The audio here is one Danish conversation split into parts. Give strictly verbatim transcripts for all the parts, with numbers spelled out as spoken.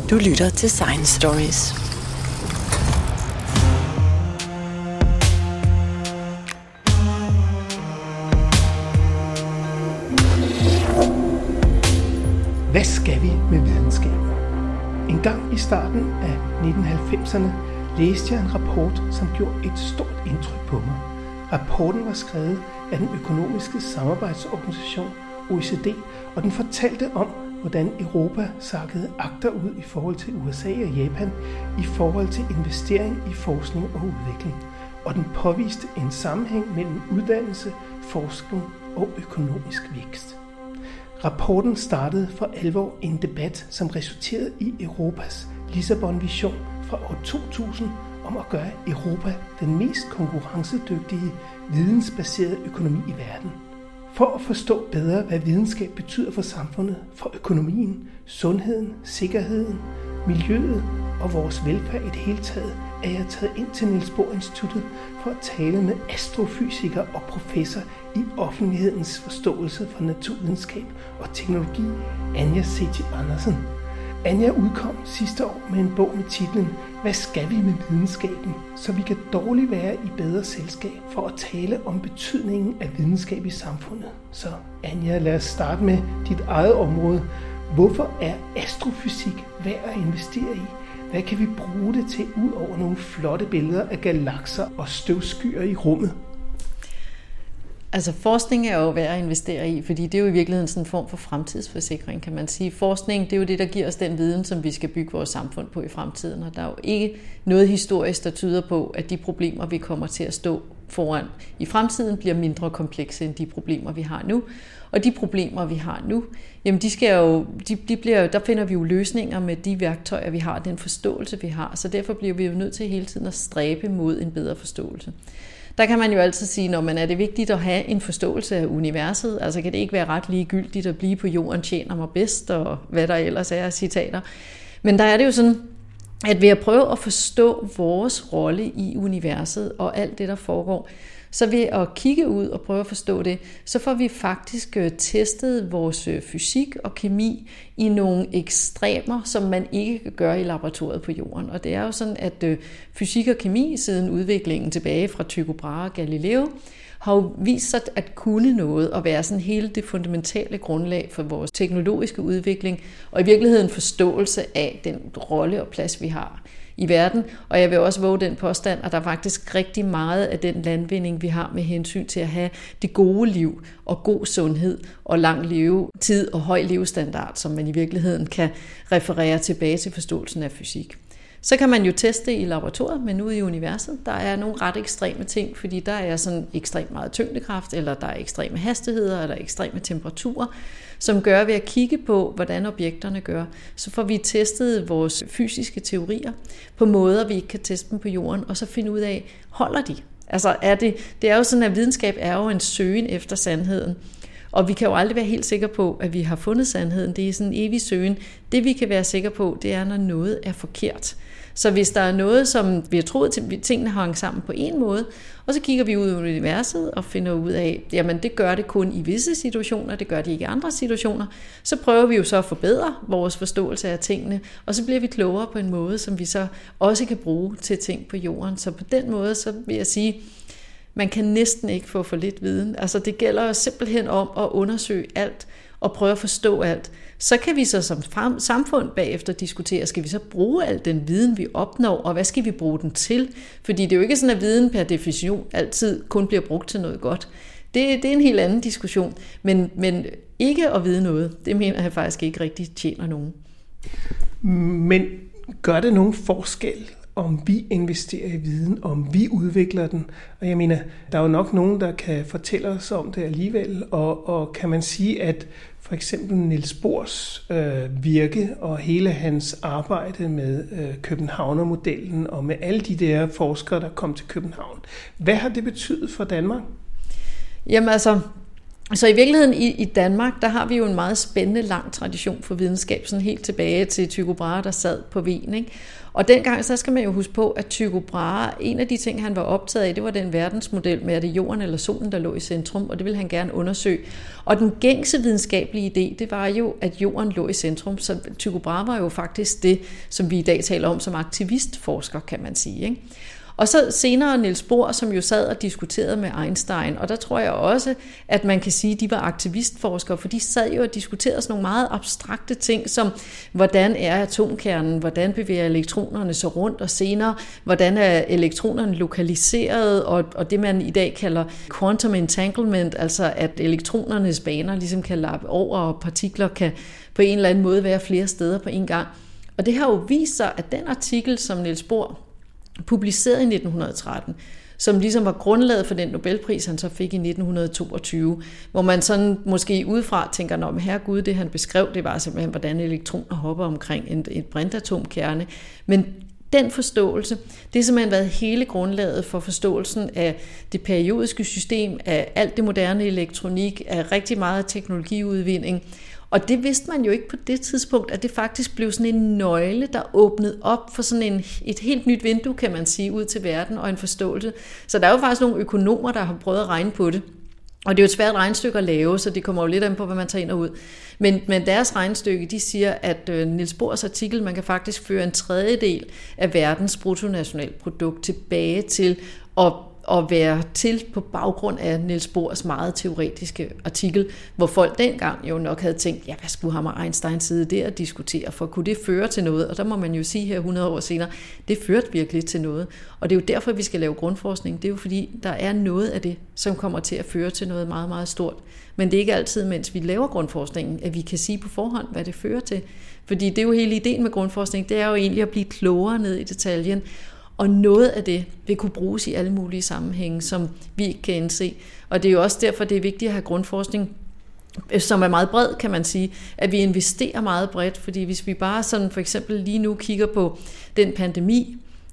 Du lytter til Science Stories. Hvad skal vi med videnskaben? En gang i starten af nitten halvfemserne læste jeg en rapport, som gjorde et stort indtryk på mig. Rapporten var skrevet af den økonomiske samarbejdsorganisation O E C D, og den fortalte om, hvordan Europa sakkede agterud i forhold til U S A og Japan i forhold til investering i forskning og udvikling. Og den påviste en sammenhæng mellem uddannelse, forskning og økonomisk vækst. Rapporten startede for alvor en debat, som resulterede i Europas Lissabon-vision fra år to tusind om at gøre Europa den mest konkurrencedygtige, vidensbaserede økonomi i verden. For at forstå bedre, hvad videnskab betyder for samfundet, for økonomien, sundheden, sikkerheden, miljøet og vores velfærd i det hele taget, er jeg taget ind til Niels Bohr Instituttet for at tale med astrofysiker og professor i offentlighedens forståelse for naturvidenskab og teknologi, Anja C T Andersen. Anja udkom sidste år med en bog med titlen Hvad skal vi med videnskaben? Så vi kan dårligt være i bedre selskab for at tale om betydningen af videnskab i samfundet. Så Anja, lad os starte med dit eget område. Hvorfor er astrofysik værd at investere i? Hvad kan vi bruge det til ud over nogle flotte billeder af galakser og støvskyer i rummet? Altså forskning er jo værd at investere i, fordi det er jo i virkeligheden sådan en form for fremtidsforsikring, kan man sige. Forskning, det er jo det, der giver os den viden, som vi skal bygge vores samfund på i fremtiden. Og der er jo ikke noget historisk, der tyder på, at de problemer, vi kommer til at stå foran i fremtiden, bliver mindre komplekse end de problemer, vi har nu. Og de problemer, vi har nu, jamen de skal jo, de, de bliver, der finder vi jo løsninger med de værktøjer, vi har, den forståelse, vi har. Så derfor bliver vi jo nødt til hele tiden at stræbe mod en bedre forståelse. Der kan man jo altid sige, når man er det vigtigt at have en forståelse af universet. Altså kan det ikke være ret ligegyldigt at blive på jorden tjener mig bedst, og hvad der ellers er af citater. Men der er det jo sådan, at ved at prøve at forstå vores rolle i universet og alt det, der foregår, så ved at kigge ud og prøve at forstå det, så får vi faktisk testet vores fysik og kemi i nogle ekstremer, som man ikke kan gøre i laboratoriet på jorden. Og det er jo sådan, at fysik og kemi siden udviklingen tilbage fra Tycho Brahe og Galileo har jo vist sig at kunne noget og være sådan hele det fundamentale grundlag for vores teknologiske udvikling og i virkeligheden forståelse af den rolle og plads, vi har i verden. Og jeg vil også våge den påstand, at der er faktisk rigtig meget af den landvinding, vi har med hensyn til at have det gode liv og god sundhed og lang levetid og høj levestandard, som man i virkeligheden kan referere tilbage til forståelsen af fysik. Så kan man jo teste i laboratoriet, men ude i universet, der er nogle ret ekstreme ting, fordi der er sådan ekstremt meget tyngdekraft, eller der er ekstreme hastigheder, eller ekstreme temperaturer, som gør ved at kigge på, hvordan objekterne gør. Så får vi testet vores fysiske teorier på måder, vi ikke kan teste dem på jorden, og så finde ud af, holder de? Altså er det, det er jo sådan, at videnskab er jo en søgen efter sandheden. Og vi kan jo aldrig være helt sikre på, at vi har fundet sandheden. Det er sådan en evig søgen. Det vi kan være sikre på, det er, når noget er forkert. Så hvis der er noget, som vi har troet, at tingene hang sammen på en måde, og så kigger vi ud i universet og finder ud af, jamen det gør det kun i visse situationer, det gør det ikke i andre situationer, så prøver vi jo så at forbedre vores forståelse af tingene, og så bliver vi klogere på en måde, som vi så også kan bruge til ting på jorden. Så på den måde, så vil jeg sige, man kan næsten ikke få for lidt viden. Altså det gælder jo simpelthen om at undersøge alt og prøve at forstå alt. Så kan vi så som samfund bagefter diskutere, skal vi så bruge al den viden, vi opnår, og hvad skal vi bruge den til? Fordi det er jo ikke sådan, at viden per definition altid kun bliver brugt til noget godt. Det, det er en helt anden diskussion. Men, men ikke at vide noget, det mener jeg faktisk ikke rigtig tjener nogen. Men gør det nogen forskel, om vi investerer i viden, om vi udvikler den? Og jeg mener, der er jo nok nogen, der kan fortælle os om det alligevel, og, og kan man sige, at for eksempel Niels Bohrs øh, virke og hele hans arbejde med øh, Københavnermodellen og med alle de der forskere, der kom til København. Hvad har det betydet for Danmark? Jamen altså, så i virkeligheden i, i Danmark, der har vi jo en meget spændende lang tradition for videnskab, sådan helt tilbage til Tycho Brahe, der sad på Hven, ikke? Og dengang, så skal man jo huske på, at Tycho Brahe, en af de ting, han var optaget af, det var den verdensmodel med, at det jorden eller solen, der lå i centrum, og det ville han gerne undersøge. Og den gængse videnskabelige idé, det var jo, at jorden lå i centrum. Så Tycho Brahe var jo faktisk det, som vi i dag taler om som aktivistforsker, kan man sige, ikke? Og så senere Niels Bohr, som jo sad og diskuterede med Einstein, og der tror jeg også, at man kan sige, at de var aktivistforskere, for de sad jo og diskuterede sådan nogle meget abstrakte ting, som hvordan er atomkernen, hvordan bevæger elektronerne sig rundt, og senere, hvordan er elektronerne lokaliseret, og, og det man i dag kalder quantum entanglement, altså at elektronernes baner ligesom kan lappe over, og partikler kan på en eller anden måde være flere steder på en gang. Og det har jo vist sig, at den artikel, som Niels Bohr publiceret i nitten tretten, som ligesom var grundlaget for den Nobelpris, han så fik i nitten toogtyve, hvor man sådan måske udefra tænker, nå, men herregud, det han beskrev, det var simpelthen, hvordan elektroner hopper omkring en, et brintatomkerne. Men den forståelse, det har simpelthen været hele grundlaget for forståelsen af det periodiske system, af alt det moderne elektronik, af rigtig meget teknologiudvinding. Og det vidste man jo ikke på det tidspunkt, at det faktisk blev sådan en nøgle, der åbnede op for sådan en, et helt nyt vindue, kan man sige, ud til verden og en forståelse. Så der er jo faktisk nogle økonomer, der har prøvet at regne på det. Og det er jo et svært regnestykke at lave, så det kommer jo lidt an på, hvad man tager ind og ud. Men, men deres regnestykke, de siger, at øh, Niels Bohrs artikel, man kan faktisk føre en tredjedel af verdens bruttonationalprodukt tilbage til at at være til på baggrund af Niels Bohrs meget teoretiske artikel, hvor folk dengang jo nok havde tænkt, ja, hvad skulle ham og Einstein sidde der og diskutere, for kunne det føre til noget? Og der må man jo sige her hundrede år senere, det førte virkelig til noget. Og det er jo derfor, vi skal lave grundforskning. Det er jo fordi, der er noget af det, som kommer til at føre til noget meget, meget stort. Men det er ikke altid, mens vi laver grundforskningen, at vi kan sige på forhånd, hvad det fører til. Fordi det er jo hele ideen med grundforskning, det er jo egentlig at blive klogere ned i detaljen. Og noget af det vil kunne bruges i alle mulige sammenhænge, som vi ikke kan indse. Og det er jo også derfor, det er vigtigt at have grundforskning, som er meget bred, kan man sige, at vi investerer meget bredt. Fordi hvis vi bare sådan for eksempel lige nu kigger på den pandemi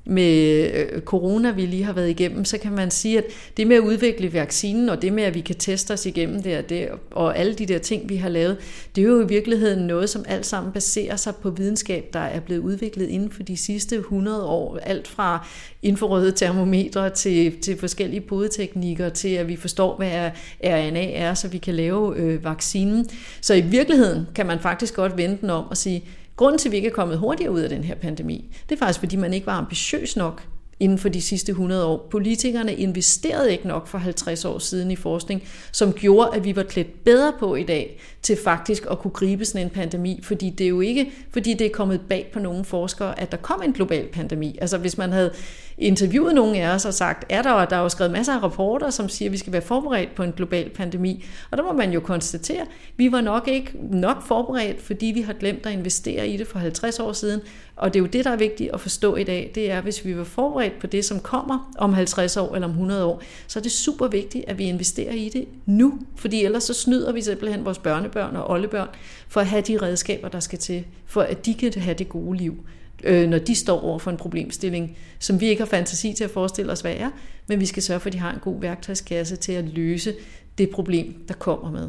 med corona, vi lige har været igennem, så kan man sige, at det med at udvikle vaccinen, og det med, at vi kan teste os igennem det og, det, og alle de der ting, vi har lavet, det er jo i virkeligheden noget, som alt sammen baserer sig på videnskab, der er blevet udviklet inden for de sidste hundrede år. Alt fra infrarøde termometre til, til forskellige podeteknikker, til at vi forstår, hvad R N A er, så vi kan lave øh, vaccinen. Så i virkeligheden kan man faktisk godt vende den om og sige, grunden til, at vi ikke er kommet hurtigere ud af den her pandemi, det er faktisk, fordi man ikke var ambitiøs nok inden for de sidste hundrede år. Politikerne investerede ikke nok for halvtreds år siden i forskning, som gjorde, at vi var klædt bedre på i dag til faktisk at kunne gribe sådan en pandemi, fordi det er jo ikke, fordi det er kommet bag på nogle forskere, at der kom en global pandemi. Altså hvis man havde interviewet nogle af os og sagt, er der, og der er jo skrevet masser af rapporter, som siger, at vi skal være forberedt på en global pandemi, og der må man jo konstatere, at vi var nok ikke nok forberedt, fordi vi har glemt at investere i det for halvtreds år siden, og det er jo det, der er vigtigt at forstå i dag, det er, hvis vi var forberedt på det, som kommer om halvtreds år eller om hundrede år, så er det super vigtigt, at vi investerer i det nu, fordi ellers så snyder vi simpelthen vores børnebørn og oldebørn for at have de redskaber, der skal til, for at de kan have det gode liv, når de står over for en problemstilling, som vi ikke har fantasi til at forestille os, hvad er, men vi skal sørge for, at de har en god værktøjskasse til at løse det problem, der kommer med.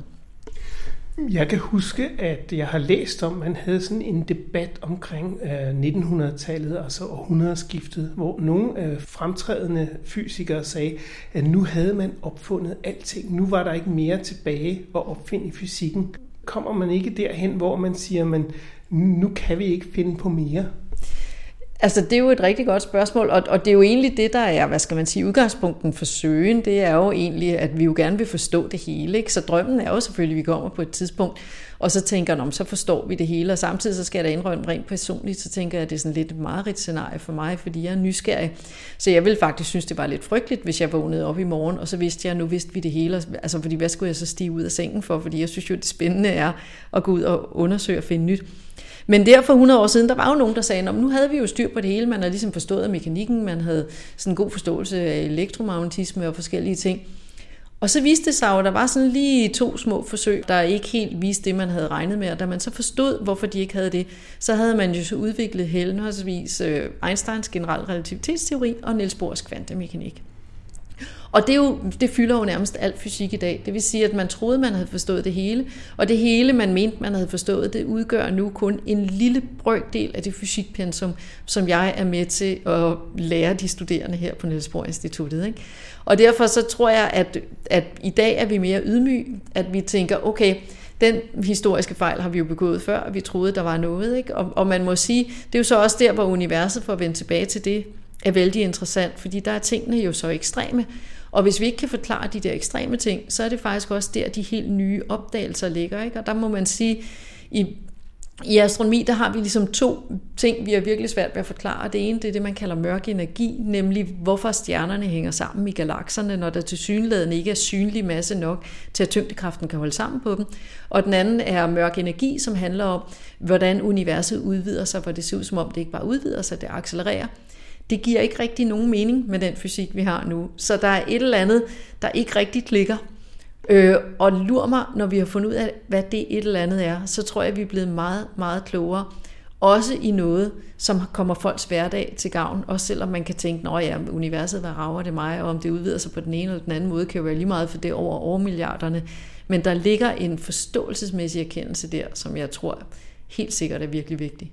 Jeg kan huske, at jeg har læst om, at man havde sådan en debat omkring øh, nitten hundrede-tallet, altså århundredeskiftet, hvor nogle øh, fremtrædende fysikere sagde, at nu havde man opfundet alting. Nu var der ikke mere tilbage at opfinde i fysikken. Kommer man ikke derhen, hvor man siger, at nu kan vi ikke finde på mere? Altså, det er jo et rigtig godt spørgsmål, og, og det er jo egentlig det, der er, hvad skal man sige, udgangspunkten for søgen, det er jo egentlig, at vi jo gerne vil forstå det hele, ikke? Så drømmen er jo selvfølgelig, at vi kommer på et tidspunkt, og så tænker jeg, så forstår vi det hele, og samtidig så skal jeg da indrømme rent personligt, så tænker jeg, at det er sådan lidt et mareridt scenarie for mig, fordi jeg er nysgerrig. Så jeg vil faktisk synes, det var lidt frygteligt, hvis jeg vågnede op i morgen, og så vidste jeg, at nu vidste vi det hele, altså fordi hvad skulle jeg så stige ud af sengen for, fordi jeg synes jo, det spændende er at gå ud og undersøge og finde nyt. Men der for hundrede år siden, der var jo nogen, der sagde, nu havde vi jo styr på det hele, man havde ligesom forstået af mekanikken, man havde sådan en god forståelse af elektromagnetisme og forskellige ting. Og så viste det sig jo, at der var sådan lige to små forsøg, der ikke helt viste det, man havde regnet med, og da man så forstod, hvorfor de ikke havde det, så havde man jo så udviklet henholdsvis Einsteins generelle relativitetsteori og Niels Bohrs kvantemekanik. Og det, er jo, det fylder jo nærmest alt fysik i dag. Det vil sige, at man troede, man havde forstået det hele, og det hele, man mente, man havde forstået, det udgør nu kun en lille brøkdel af det fysikpensum, som jeg er med til at lære de studerende her på Niels Bohr Instituttet. Ikke? Og derfor så tror jeg, at, at i dag er vi mere ydmyge, at vi tænker, okay, den historiske fejl har vi jo begået før, og vi troede, der var noget. Ikke? Og, og man må sige, det er jo så også der, hvor universet, for at vende tilbage til det, er vældig interessant, fordi der er tingene jo så ekstreme. Og hvis vi ikke kan forklare de der ekstreme ting, så er det faktisk også der, de helt nye opdagelser ligger. Ikke? Og der må man sige, i, i astronomi, der har vi ligesom to ting, vi har virkelig svært ved at forklare. Det ene, det er det, man kalder mørk energi, nemlig hvorfor stjernerne hænger sammen i galakserne, når der tilsyneladende ikke er synlig masse nok til, at tyngdekraften kan holde sammen på dem. Og den anden er mørk energi, som handler om, hvordan universet udvider sig, hvor det ser ud som om, det ikke bare udvider sig, det accelererer. Det giver ikke rigtig nogen mening med den fysik, vi har nu. Så der er et eller andet, der ikke rigtig klikker. Øh, og lur mig, når vi har fundet ud af, hvad det et eller andet er, så tror jeg, vi er blevet meget, meget klogere. Også i noget, som kommer folks hverdag til gavn. Også selvom man kan tænke, nå ja, universet, hvad rager det mig, og om det udvider sig på den ene eller den anden måde, kan jo være lige meget for det over overmilliarderne. Men der ligger en forståelsesmæssig erkendelse der, som jeg tror helt sikkert er virkelig vigtig.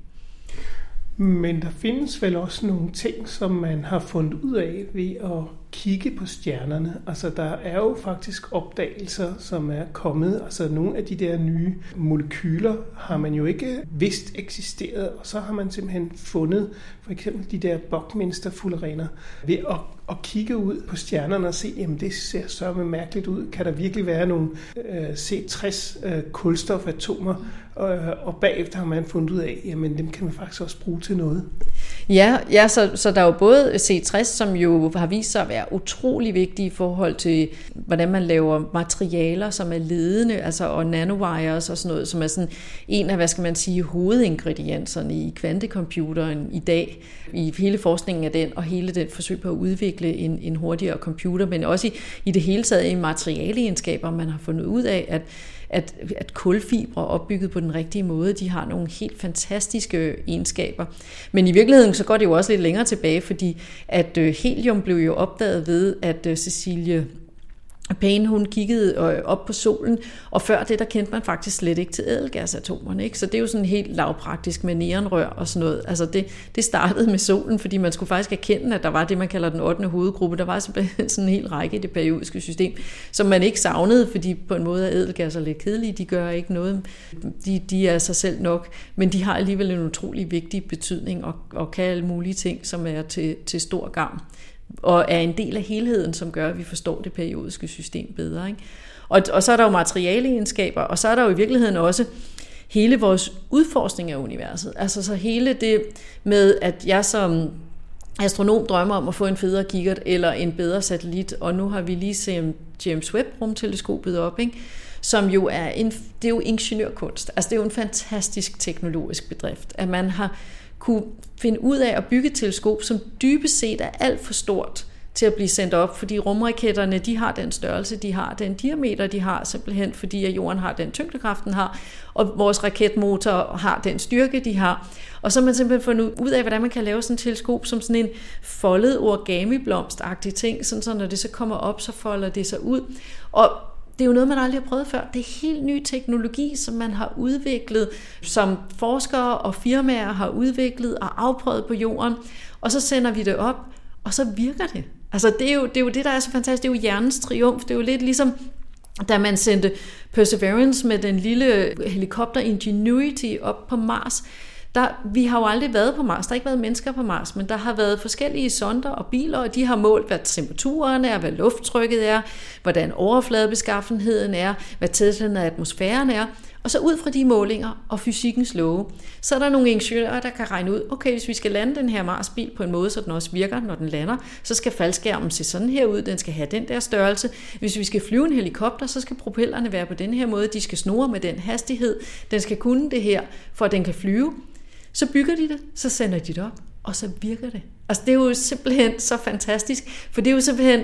Men der findes vel også nogle ting, som man har fundet ud af ved at kigge på stjernerne. Altså der er jo faktisk opdagelser, som er kommet. Altså nogle af de der nye molekyler har man jo ikke vidst eksisteret, og så har man simpelthen fundet for eksempel de der Buckminster-fullerener ved at, at kigge ud på stjernerne og se, jamen det ser så mærkeligt ud. Kan der virkelig være nogle øh, C tres øh, kulstofatomer? Øh, og bagefter har man fundet ud af, jamen dem kan man faktisk også bruge til noget. Ja, ja så, så der er jo både C tres, som jo har vist sig at være utrolig vigtige i forhold til, hvordan man laver materialer, som er ledende, altså og nanowires og sådan noget, som er sådan en af, hvad skal man sige, hovedingredienserne i kvantecomputeren i dag, i hele forskningen af den, og hele den forsøg på at udvikle en, en hurtigere computer, men også i, i det hele taget i materialeegenskaber, man har fundet ud af, at At, at kulfibre opbygget på den rigtige måde, de har nogle helt fantastiske egenskaber. Men i virkeligheden så går det jo også lidt længere tilbage, fordi at helium blev jo opdaget ved, at Cecilie Payne, hun kiggede op på solen, og før det, der kendte man faktisk slet ikke til ædelgasatomerne. Ikke? Så det er jo sådan helt lavpraktisk med neonrør og sådan noget. Altså det, det startede med solen, fordi man skulle faktisk erkende, at der var det, man kalder den ottende hovedgruppe. Der var simpelthen sådan en hel række i det periodiske system, som man ikke savnede, fordi på en måde er ædelgasser lidt kedelige. De gør ikke noget. De, de er sig selv nok, men de har alligevel en utrolig vigtig betydning og, og kan alle mulige ting, som er til, til stor gavn. Og er en del af helheden, som gør, at vi forstår det periodiske system bedre. Ikke? Og, og så er der jo materialeegenskaber, og så er der jo i virkeligheden også hele vores udforskning af universet. Altså så hele det med, at jeg som astronom drømmer om at få en federe kikkert eller en bedre satellit, og nu har vi lige set James Webb-rumteleskopet op, ikke? Som jo er en, det er jo ingeniørkunst. Altså det er jo en fantastisk teknologisk bedrift, at man har kunne finde ud af at bygge et teleskop, som dybest set er alt for stort til at blive sendt op, fordi rumraketterne, de har den størrelse, de har, den diameter, de har, simpelthen fordi at jorden har den tyngdekraft, den har, og vores raketmotor har den styrke, de har. Og så har man simpelthen fundet ud af, hvordan man kan lave sådan et teleskop som sådan en foldet origami-blomst-agtig ting, sådan så når det så kommer op, så folder det sig ud. Og det er jo noget, man aldrig har prøvet før. Det er helt ny teknologi, som man har udviklet, som forskere og firmaer har udviklet og afprøvet på jorden. Og så sender vi det op, og så virker det. Altså det er jo det, er jo det der er så fantastisk. Det er jo hjernens triumf. Det er jo lidt ligesom, da man sendte Perseverance med den lille helikopter Ingenuity op på Mars. Der, vi har jo aldrig været på Mars. Der har ikke været mennesker på Mars, men der har været forskellige sonder og biler, og de har målt, hvad temperaturen er, hvad lufttrykket er, hvordan overfladebeskaffenheden er, hvad tætheden af atmosfæren er. Og så ud fra de målinger og fysikkens love, så er der nogle ingeniører, der kan regne ud, okay, hvis vi skal lande den her Mars-bil på en måde, så den også virker, når den lander, så skal faldskærmen se sådan her ud, den skal have den der størrelse. Hvis vi skal flyve en helikopter, så skal propellerne være på den her måde, de skal snurre med den hastighed, den skal kunne det her, for at den kan flyve. Så bygger de det, så sender de det op, og så virker det. Altså det er jo simpelthen så fantastisk, for det er jo simpelthen,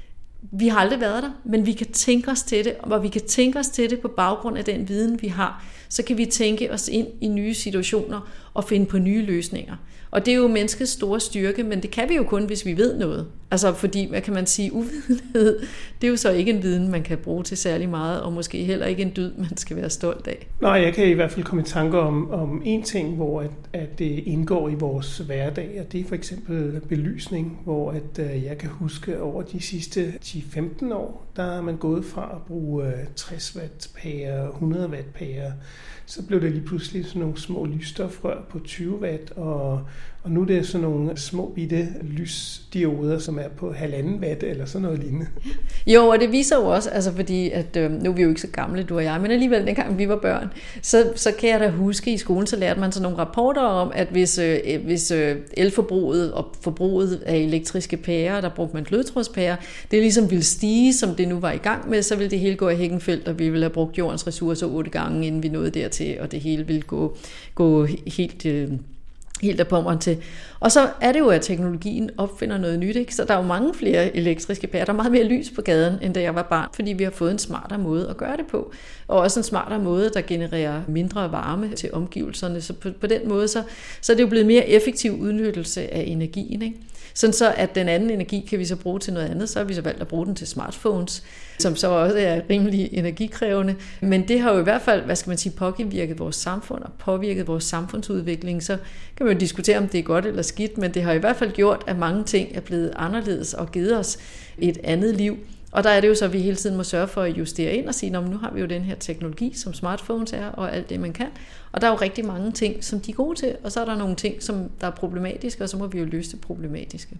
vi har aldrig været der, men vi kan tænke os til det, og vi kan tænke os til det på baggrund af den viden, vi har. Så kan vi tænke os ind i nye situationer, og finde på nye løsninger. Og det er jo menneskets store styrke, men det kan vi jo kun, hvis vi ved noget. Altså fordi, hvad kan man sige, uvidenhed, det er jo så ikke en viden, man kan bruge til særlig meget, og måske heller ikke en dyd, man skal være stolt af. Nej, jeg kan i hvert fald komme i tanker om, om en ting, hvor at, at det indgår i vores hverdag, og det er for eksempel belysning, hvor at, uh, jeg kan huske over de sidste ti til femten år, der er man gået fra at bruge uh, tres watt pærer, hundrede watt pærer, så blev det lige pludselig sådan nogle små lysstofrør på tyve watt, og, og nu er det sådan nogle små bitte lysdioder, som er på halvanden watt eller sådan noget lignende. Jo, og det viser jo også, altså fordi, at øh, nu er vi jo ikke så gamle, du og jeg, men alligevel dengang vi var børn, så, så kan jeg da huske, i skolen, så lærte man sådan nogle rapporter om, at hvis, øh, hvis øh, elforbruget og forbruget af elektriske pærer, der brugte man glødetrådspærer, det ligesom ville stige, som det nu var i gang med, så ville det hele gå i hækkenfelt, og vi ville have brugt jordens ressourcer otte gange, inden vi nåede dertil, og det hele ville gå, gå helt... Øh, helt af pommeren til. Og så er det jo, at teknologien opfinder noget nyt, ikke? Så der er jo mange flere elektriske pærer. Der er meget mere lys på gaden, end da jeg var barn, fordi vi har fået en smartere måde at gøre det på. Og også en smartere måde, der genererer mindre varme til omgivelserne. Så på, på den måde, så, så er det jo blevet mere effektiv udnyttelse af energien, ikke? Sådan så, at den anden energi kan vi så bruge til noget andet. Så har vi så valgt at bruge den til smartphones, som så også er rimelig energikrævende. Men det har jo i hvert fald, hvad skal man sige, påvirket vores samfund og påvirket vores samfundsudvikling. Så kan man jo diskutere, om det er godt eller skidt, men det har i hvert fald gjort, at mange ting er blevet anderledes og givet os et andet liv. Og der er det jo så, at vi hele tiden må sørge for at justere ind og sige, nu har vi jo den her teknologi, som smartphones er, og alt det, man kan. Og der er jo rigtig mange ting, som de er gode til, og så er der nogle ting, som der er problematiske, og så må vi jo løse det problematiske.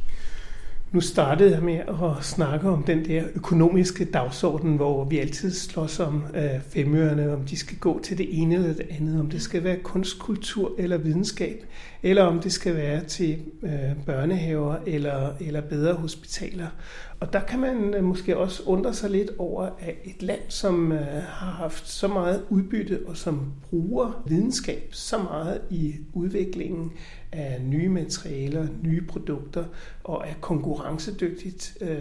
Nu startede jeg med at snakke om den der økonomiske dagsorden, hvor vi altid slås om øh, femørerne, om de skal gå til det ene eller det andet, om det skal være kunst, kultur eller videnskab, eller om det skal være til øh, børnehaver eller, eller bedre hospitaler. Og der kan man øh, måske også undre sig lidt over, at et land, som øh, har haft så meget udbytte og som bruger videnskab så meget i udviklingen af nye materialer, nye produkter og er konkurrencedygtigt, øh,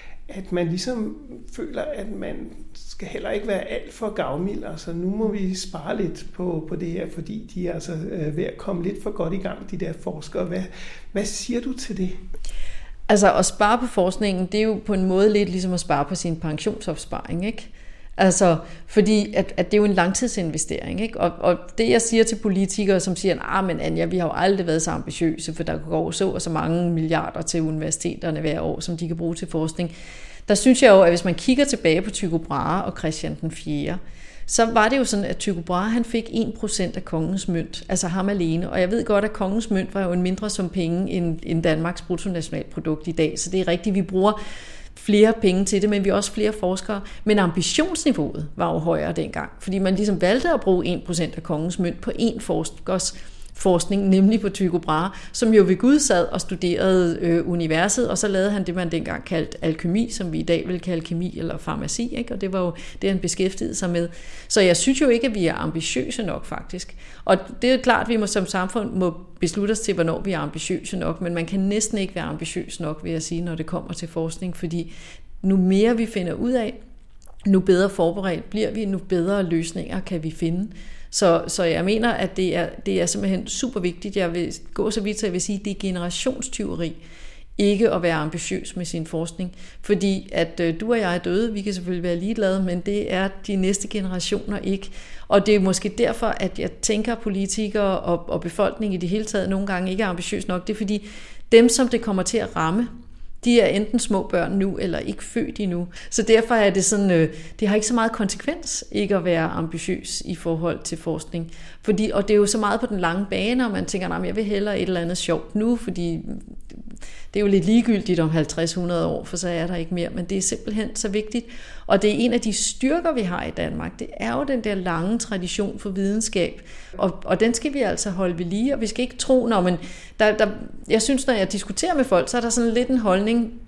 at man ligesom føler, at man skal heller ikke være alt for gavmild. Altså nu må vi spare lidt på, på det her, fordi de er altså øh, ved at komme lidt for godt i gang, de der forskere. Hvad, hvad siger du til det? Altså at spare på forskningen, det er jo på en måde lidt ligesom at spare på sin pensionsopsparing, ikke? Altså, fordi at, at det er jo en langtidsinvestering, ikke? Og, og det jeg siger til politikere, som siger, ah, men Anja, vi har jo aldrig været så ambitiøse, for der går så og så mange milliarder til universiteterne hver år, som de kan bruge til forskning. Der synes jeg jo, at hvis man kigger tilbage på Tycho Brahe og Christian den fjerde, så var det jo sådan, at Tycho Brahe, han fik en procent af kongens mønt, altså ham alene. Og jeg ved godt, at kongens mønt var jo en mindre sum penge end, end Danmarks bruttonationalprodukt i dag, så det er rigtigt, vi bruger flere penge til det, men vi er også flere forskere. Men ambitionsniveauet var jo højere dengang, fordi man ligesom valgte at bruge en procent af kongens mønt på én forskers forskning, nemlig på Tycho Brahe, som jo ved Gud sad og studerede øh, universet, og så lavede han det, man dengang kaldte alkymi, som vi i dag vil kalde kemi eller farmaci, ikke? Og det var jo det, han beskæftigede sig med. Så jeg synes jo ikke, at vi er ambitiøse nok, faktisk. Og det er klart, at vi må, som samfund må beslutte os til, hvornår vi er ambitiøse nok, men man kan næsten ikke være ambitiøs nok, vil jeg sige, når det kommer til forskning, fordi nu mere vi finder ud af, nu bedre forberedt bliver vi, nu bedre løsninger kan vi finde. Så, så jeg mener, at det er, det er simpelthen super vigtigt. Jeg vil gå så vidt, så jeg vil sige, at det er generationstyveri ikke at være ambitiøs med sin forskning. Fordi at øh, du og jeg er døde, vi kan selvfølgelig være ligeglade, men det er de næste generationer ikke. Og det er måske derfor, at jeg tænker, at politikere og, og befolkningen i det hele taget nogle gange ikke er ambitiøs nok. Det er fordi, dem som det kommer til at ramme, de er enten små børn nu, eller ikke født endnu. Så derfor er det sådan, øh, det har ikke så meget konsekvens ikke at være ambitiøs i forhold til forskning. Fordi, og det er jo så meget på den lange bane, og man tænker, nej, jeg vil hellere et eller andet sjovt nu, fordi det er jo lidt ligegyldigt om halvtreds til hundrede år, for så er der ikke mere. Men det er simpelthen så vigtigt. Og det er en af de styrker, vi har i Danmark. Det er jo den der lange tradition for videnskab. Og, og den skal vi altså holde ved lige, og vi skal ikke tro, når man... Der, der, jeg synes, når jeg diskuterer med folk, så er der sådan lidt en holdning,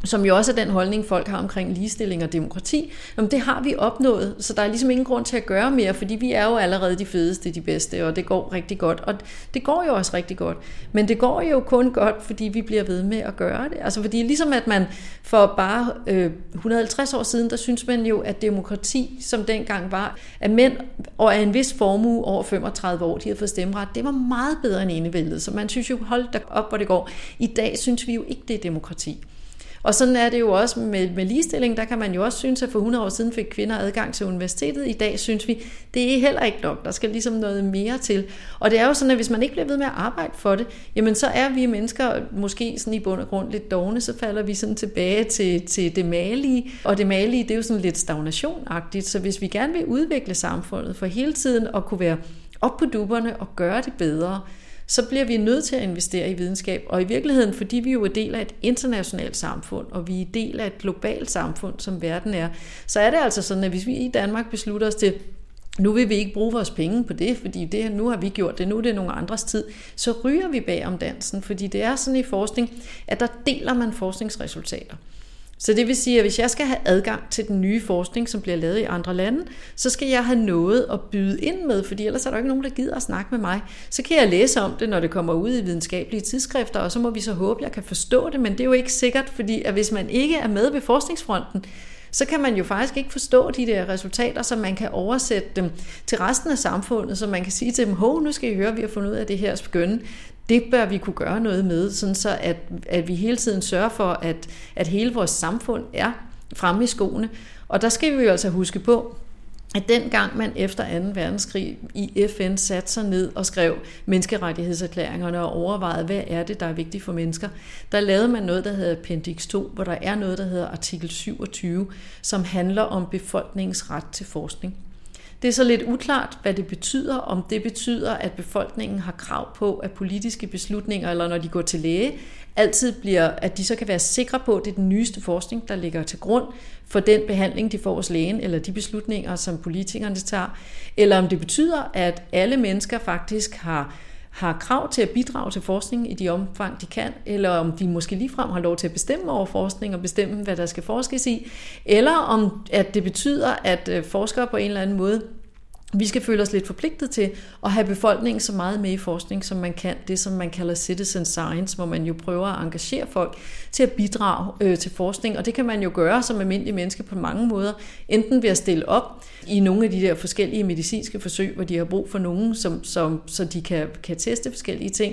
som jo også er den holdning, folk har omkring ligestilling og demokrati, jamen det har vi opnået, så der er ligesom ingen grund til at gøre mere, fordi vi er jo allerede de fedeste, de bedste, og det går rigtig godt, og det går jo også rigtig godt, men det går jo kun godt, fordi vi bliver ved med at gøre det, altså fordi ligesom at man for bare øh, et hundrede og halvtreds år siden, der synes man jo, at demokrati, som dengang var, at mænd og af en vis formue over femogtredive år, de havde fået stemmeret, det var meget bedre end enevældet, så man synes jo, hold da op, hvor det går. I dag synes vi jo ikke, det er demokrati. Og sådan er det jo også med, med ligestilling, der kan man jo også synes, at for hundrede år siden fik kvinder adgang til universitetet. I dag synes vi, det er heller ikke nok, der skal ligesom noget mere til. Og det er jo sådan, at hvis man ikke bliver ved med at arbejde for det, jamen så er vi mennesker måske sådan i bund og grund lidt dovne, så falder vi sådan tilbage til, til det malige. Og det malige, det er jo sådan lidt stagnationagtigt, så hvis vi gerne vil udvikle samfundet for hele tiden at kunne være op på dupperne og gøre det bedre, så bliver vi nødt til at investere i videnskab. Og i virkeligheden, fordi vi jo er del af et internationalt samfund, og vi er del af et globalt samfund, som verden er, så er det altså sådan, at hvis vi i Danmark beslutter os til, nu vil vi ikke bruge vores penge på det, fordi det, nu har vi gjort det, nu er det nogle andres tid, så ryger vi bag om dansen, fordi det er sådan i forskning, at der deler man forskningsresultater. Så det vil sige, at hvis jeg skal have adgang til den nye forskning, som bliver lavet i andre lande, så skal jeg have noget at byde ind med, fordi ellers er der ikke nogen, der gider at snakke med mig. Så kan jeg læse om det, når det kommer ud i videnskabelige tidsskrifter, og så må vi så håbe, at jeg kan forstå det, men det er jo ikke sikkert, fordi at hvis man ikke er med ved forskningsfronten, så kan man jo faktisk ikke forstå de der resultater, så man kan oversætte dem til resten af samfundet, så man kan sige til dem, hov, nu skal I høre, vi har fundet ud af det her skønne. Det bør vi kunne gøre noget med, sådan så at, at vi hele tiden sørger for, at, at hele vores samfund er fremme i skoene. Og der skal vi jo altså huske på, at dengang man efter anden verdenskrig i F N satte sig ned og skrev menneskerettighedserklæringerne og overvejede, hvad er det, der er vigtigt for mennesker, der lavede man noget, der hedder Appendix to, hvor der er noget, der hedder artikel syvogtyve, som handler om befolkningens ret til forskning. Det er så lidt uklart, hvad det betyder, om det betyder, at befolkningen har krav på, at politiske beslutninger, eller når de går til læge, altid bliver, at de så kan være sikre på, at det er den nyeste forskning, der ligger til grund for den behandling, de får hos lægen, eller de beslutninger, som politikerne tager, eller om det betyder, at alle mennesker faktisk har har krav til at bidrage til forskning i de omfang, de kan, eller om de måske ligefrem har lov til at bestemme over forskning og bestemme, hvad der skal forskes i, eller om at det betyder, at forskere på en eller anden måde, vi skal føle os lidt forpligtet til at have befolkningen så meget med i forskning, som man kan. Det, som man kalder citizen science, hvor man jo prøver at engagere folk til at bidrage øh, til forskning. Og det kan man jo gøre som almindelige mennesker på mange måder. Enten ved at stille op i nogle af de der forskellige medicinske forsøg, hvor de har brug for nogen, som, som, så de kan, kan teste forskellige ting.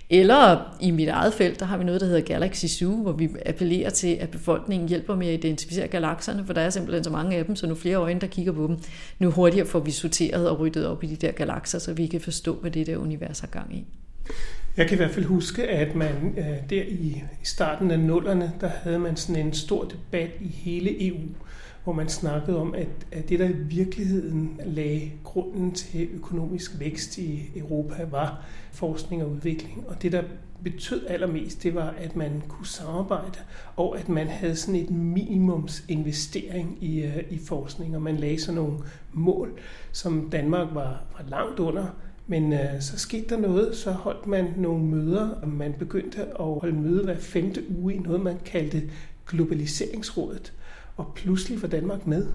Eller i mit eget felt, der har vi noget, der hedder Galaxy Zoo, hvor vi appellerer til, at befolkningen hjælper med at identificere galakserne, for der er simpelthen så mange af dem, så nu flere øjne, der kigger på dem. Nu hurtigere får vi sorteret og ryddet op i de der galakser, så vi kan forstå, hvad det der univers har gang i. Jeg kan i hvert fald huske, at man der i starten af nullerne, der havde man sådan en stor debat i hele E U, hvor man snakkede om, at, at det, der i virkeligheden lagde grunden til økonomisk vækst i Europa, var forskning og udvikling. Og det, der betød allermest, det var, at man kunne samarbejde, og at man havde sådan et minimumsinvestering i, i forskning, og man lagde sådan nogle mål, som Danmark var, var langt under. Men øh, så skete der noget, så holdt man nogle møder, og man begyndte at holde møde hver femte uge i noget, man kaldte Globaliseringsrådet. Og pludselig var Danmark med.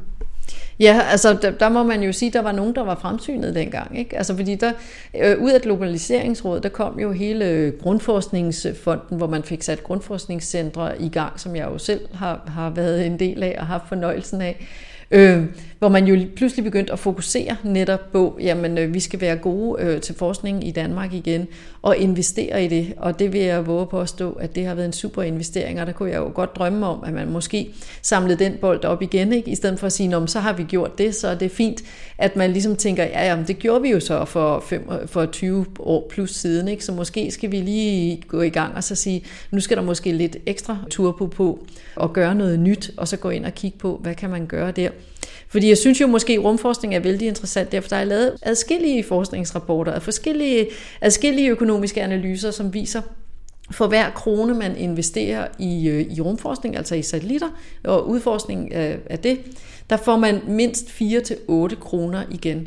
Ja, altså der, der må man jo sige, der var nogen, der var fremsynet dengang, ikke? Altså fordi der øh, ud af Globaliseringsrådet, der kom jo hele Grundforskningsfonden, hvor man fik sat grundforskningscentre i gang, som jeg jo selv har, har været en del af og haft fornøjelsen af. Øh, hvor man jo pludselig begyndte at fokusere netop på, jamen øh, vi skal være gode øh, til forskning i Danmark igen, og investere i det, og det vil jeg våge på at stå, at det har været en super investering, og der kunne jeg jo godt drømme om, at man måske samlede den bold op igen, ikke? I stedet for at sige, nå, så har vi gjort det, så er det fint, at man ligesom tænker, ja, jamen, det gjorde vi jo så for, fem, for tyve år plus siden, ikke? Så måske skal vi lige gå i gang og så sige, nu skal der måske lidt ekstra turbo på, og gøre noget nyt, og så gå ind og kigge på, hvad kan man gøre der. Fordi jeg synes jo måske, at rumforskning er vældig interessant, derfor der er lavet adskillige forskningsrapporter af forskellige, adskillige økonomiske analyser, som viser, for hver krone, man investerer i, i rumforskning, altså i satellitter og udforskning af, af det, der får man mindst fire til otte kroner igen.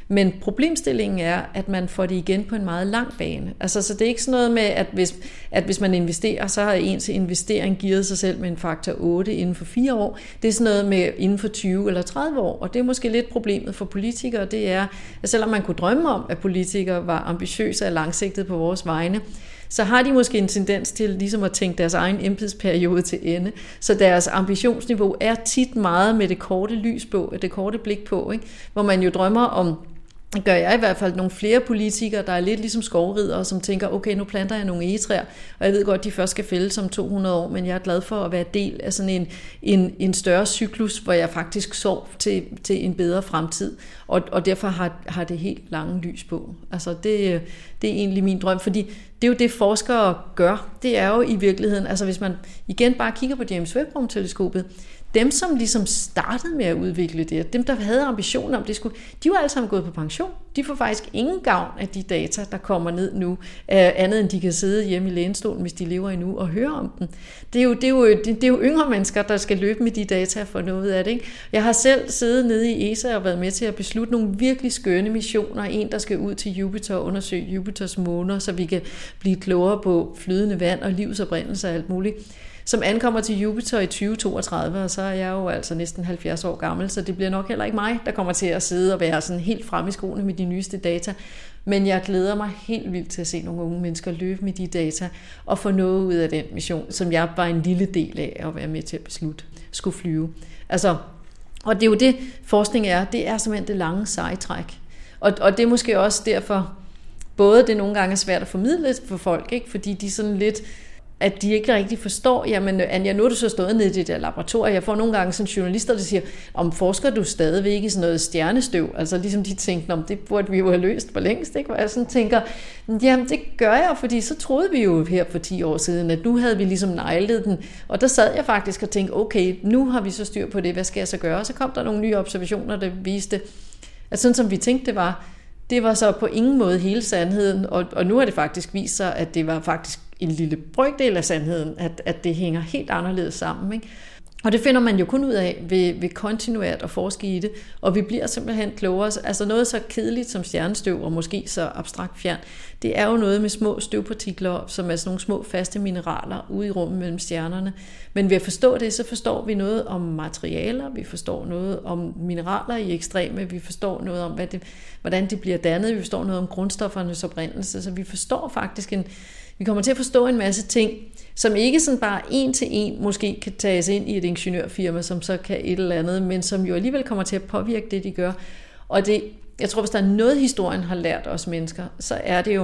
Men problemstillingen er, at man får det igen på en meget lang bane. Altså, så det er ikke sådan noget med, at hvis, at hvis man investerer, så har ens investering givet sig selv med en faktor otte inden for fire år. Det er sådan noget med inden for tyve eller tredive år, og det er måske lidt problemet for politikere, det er, at selvom man kunne drømme om, at politikere var ambitiøse og langsigtede på vores vegne, så har de måske en tendens til ligesom at tænke deres egen embedsperiode til ende. Så deres ambitionsniveau er tit meget med det korte lys på, det korte blik på, ikke? Hvor man jo drømmer om, gør jeg i hvert fald, nogle flere politikere, der er lidt ligesom skovridere, som tænker, okay, nu planter jeg nogle egetræer, og jeg ved godt, de først skal fældes om to hundrede år, men jeg er glad for at være del af sådan en, en, en større cyklus, hvor jeg faktisk sov til, til en bedre fremtid, og, og derfor har, har det helt lange lys på. Altså det, det er egentlig min drøm, fordi det er jo det, forskere gør. Det er jo i virkeligheden, altså hvis man igen bare kigger på James Webb-rumteleskopet, dem, som ligesom startede med at udvikle det, dem, der havde ambitioner om det, skulle, de var alle sammen gået på pension. De får faktisk ingen gavn af de data, der kommer ned nu, andet end de kan sidde hjemme i lænestolen, hvis de lever endnu, og høre om dem. Det er jo, det er jo, det er jo yngre mennesker, der skal løbe med de data for noget af det. Ikke? Jeg har selv siddet nede i E S A og været med til at beslutte nogle virkelig skønne missioner. En, der skal ud til Jupiter og undersøge Jupiters måner, så vi kan blive klogere på flydende vand og livs oprindelse og alt muligt, som ankommer til Jupiter i tyve toogtredive, og så er jeg jo altså næsten halvfjerds år gammel, så det bliver nok heller ikke mig, der kommer til at sidde og være sådan helt frem i skoene med de nyeste data. Men jeg glæder mig helt vildt til at se nogle unge mennesker løbe med de data og få noget ud af den mission, som jeg var en lille del af at være med til at beslutte skulle flyve. Altså, og det er jo det, forskning er. Det er simpelthen det lange sejtræk. Og, og det er måske også derfor, både det nogle gange er svært at formidle for folk, ikke? Fordi de sådan lidt, at de ikke rigtig forstår, jamen Anja, nu er du så stået nede i det der laboratorium. Jeg får nogle gange sådan journalister, der siger, om forsker du stadigvæk i sådan noget stjernestøv? Altså ligesom de tænkte, om det burde vi jo have løst for længst, ikke? Og jeg sådan tænker, jamen det gør jeg, fordi så troede vi jo her for ti år siden, at nu havde vi ligesom nejlet den. Og der sad jeg faktisk og tænkte, okay, nu har vi så styr på det, hvad skal jeg så gøre? Og så kom der nogle nye observationer, der viste, at sådan som vi tænkte det var, det var så på ingen måde hele sandheden, og, og nu har det faktisk vist sig, at det var faktisk en lille brøkdel af sandheden, at, at det hænger helt anderledes sammen. Ikke? Og det finder man jo kun ud af ved, ved kontinuert at forske i det, og vi bliver simpelthen klogere. Altså noget så kedeligt som stjernestøv, og måske så abstrakt fjern, det er jo noget med små støvpartikler, som er sådan nogle små faste mineraler ude i rummet mellem stjernerne. Men ved at forstå det, så forstår vi noget om materialer, vi forstår noget om mineraler i ekstreme, vi forstår noget om, hvad det, hvordan de bliver dannet, vi forstår noget om grundstoffernes oprindelse, så vi forstår faktisk en Vi kommer til at forstå en masse ting, som ikke sådan bare en til en måske kan tages ind i et ingeniørfirma, som så kan et eller andet, men som jo alligevel kommer til at påvirke det, de gør. Og det, jeg tror, hvis der er noget, historien har lært os mennesker, så er det jo,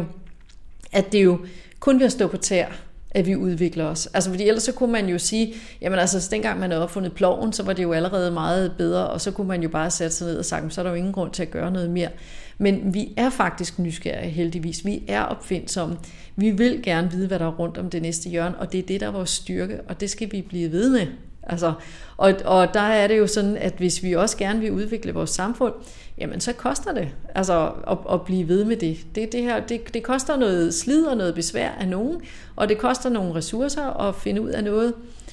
at det jo kun ved at stå på tær, at vi udvikler os. Altså, fordi ellers så kunne man jo sige, jamen altså, dengang man havde opfundet ploven, så var det jo allerede meget bedre, og så kunne man jo bare sætte sig ned og sige, så er der jo ingen grund til at gøre noget mere. Men vi er faktisk nysgerrige, heldigvis. Vi er opfindsomme. Vi vil gerne vide, hvad der er rundt om det næste hjørne, og det er det, der er vores styrke, og det skal vi blive ved med. Altså, og, og der er det jo sådan, at hvis vi også gerne vil udvikle vores samfund, jamen så koster det altså at, at blive ved med det. Det, det, her, det. det koster noget slid og noget besvær af nogen, og det koster nogle ressourcer at finde ud af noget.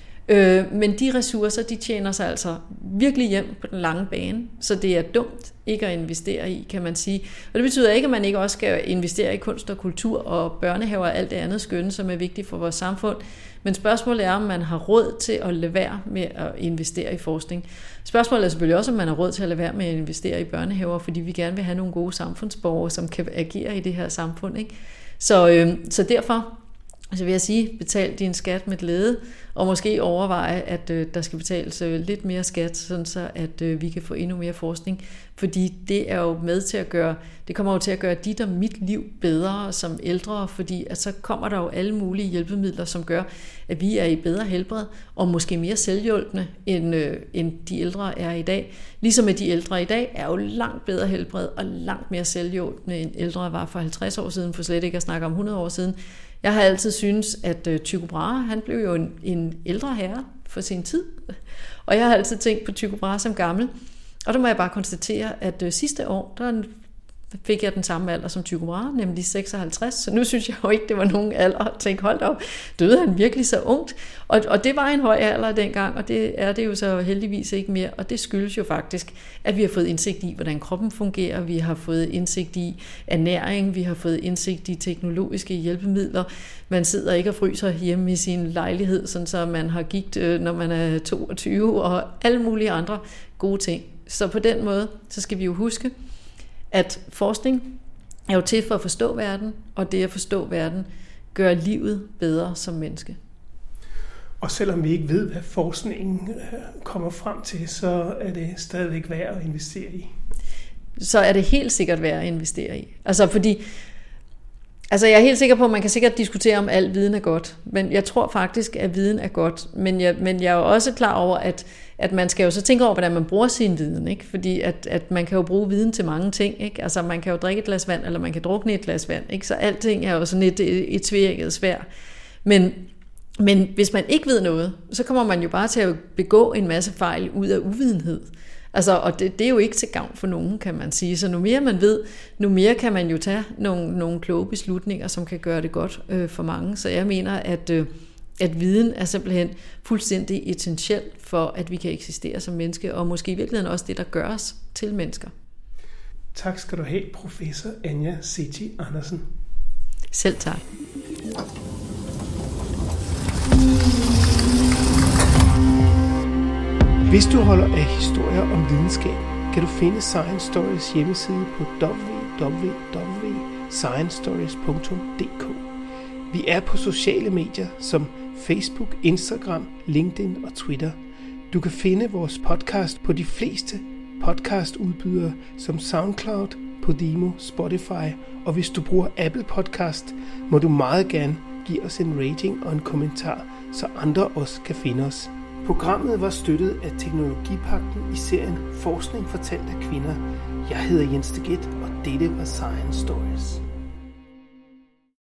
Øh, men de ressourcer, de tjener sig altså virkelig hjem på den lange bane, så det er dumt ikke at investere i, kan man sige. Og det betyder ikke, at man ikke også skal investere i kunst og kultur og børnehaver og alt det andet skønne, som er vigtigt for vores samfund. Men spørgsmålet er, om man har råd til at lade være med at investere i forskning. Spørgsmålet er selvfølgelig også, om man har råd til at lade være med at investere i børnehaver, fordi vi gerne vil have nogle gode samfundsborgere, som kan agere i det her samfund. Ikke? Så, øh, så derfor så vil jeg sige, betal din skat med glæde, og måske overveje, at øh, der skal betales øh, lidt mere skat, sådan så at øh, vi kan få endnu mere forskning. Fordi det er jo med til at gøre, det kommer jo til at gøre dit og mit liv bedre som ældre, fordi at så kommer der jo alle mulige hjælpemidler, som gør, at vi er i bedre helbred, og måske mere selvhjulpende, end, øh, end de ældre er i dag. Ligesom at de ældre i dag er jo langt bedre helbred, og langt mere selvhjulpende, end ældre var for halvtreds år siden, for slet ikke at snakke om hundrede år siden. Jeg har altid syntes, at uh, Tycho Brahe, han blev jo en, en ældre herre for sin tid. Og jeg har altid tænkt på Tycho Brahe som gammel. Og der må jeg bare konstatere, at uh, sidste år, der fik jeg den samme alder som Tycho Brahe, nemlig seksoghalvtreds. Så nu synes jeg jo ikke, det var nogen alder at tænke, hold op, døde han virkelig så ungt? Og, og det var en høj alder dengang, og det er det jo så heldigvis ikke mere. Og det skyldes jo faktisk, at vi har fået indsigt i, hvordan kroppen fungerer. Vi har fået indsigt i ernæring, vi har fået indsigt i teknologiske hjælpemidler. Man sidder ikke og fryser hjemme i sin lejlighed, sådan så man har gigt, når man er toogtyve, og alle mulige andre gode ting. Så på den måde, så skal vi jo huske, at forskning er jo til for at forstå verden, og det at forstå verden gør livet bedre som menneske. Og selvom vi ikke ved, hvad forskningen kommer frem til, så er det stadigvæk værd at investere i. Så er det helt sikkert værd at investere i. Altså fordi, altså jeg er helt sikker på, at man kan sikkert diskutere, om al viden er godt. Men jeg tror faktisk, at viden er godt. Men jeg, men jeg er jo også klar over, at, at man skal jo så tænke over, hvordan man bruger sin viden. Ikke? Fordi at, at man kan jo bruge viden til mange ting. Ikke? Altså man kan jo drikke et glas vand, eller man kan drukne et glas vand. Ikke? Så alting er jo sådan et, et tveægget sværd. Men, men hvis man ikke ved noget, så kommer man jo bare til at begå en masse fejl ud af uvidenhed. Altså, og det, det er jo ikke til gavn for nogen, kan man sige. Så nu mere man ved, nu mere kan man jo tage nogle, nogle kloge beslutninger, som kan gøre det godt øh, for mange. Så jeg mener, at, øh, at viden er simpelthen fuldstændig essentiel for, at vi kan eksistere som menneske, og måske i virkeligheden også det, der gør os til mennesker. Tak skal du have, professor Anja Sethi Andersen. Selv tak. Hvis du holder af historier om videnskab, kan du finde Science Stories hjemmeside på w w w punktum science stories punktum d k. Vi er på sociale medier som Facebook, Instagram, LinkedIn og Twitter. Du kan finde vores podcast på de fleste podcastudbydere som SoundCloud, Podimo, Spotify, og hvis du bruger Apple Podcast, må du meget gerne give os en rating og en kommentar, så andre også kan finde os. Programmet var støttet af Teknologipagten i serien Forskning fortalt af kvinder. Jeg hedder Jens Deget, og dette var Science Stories.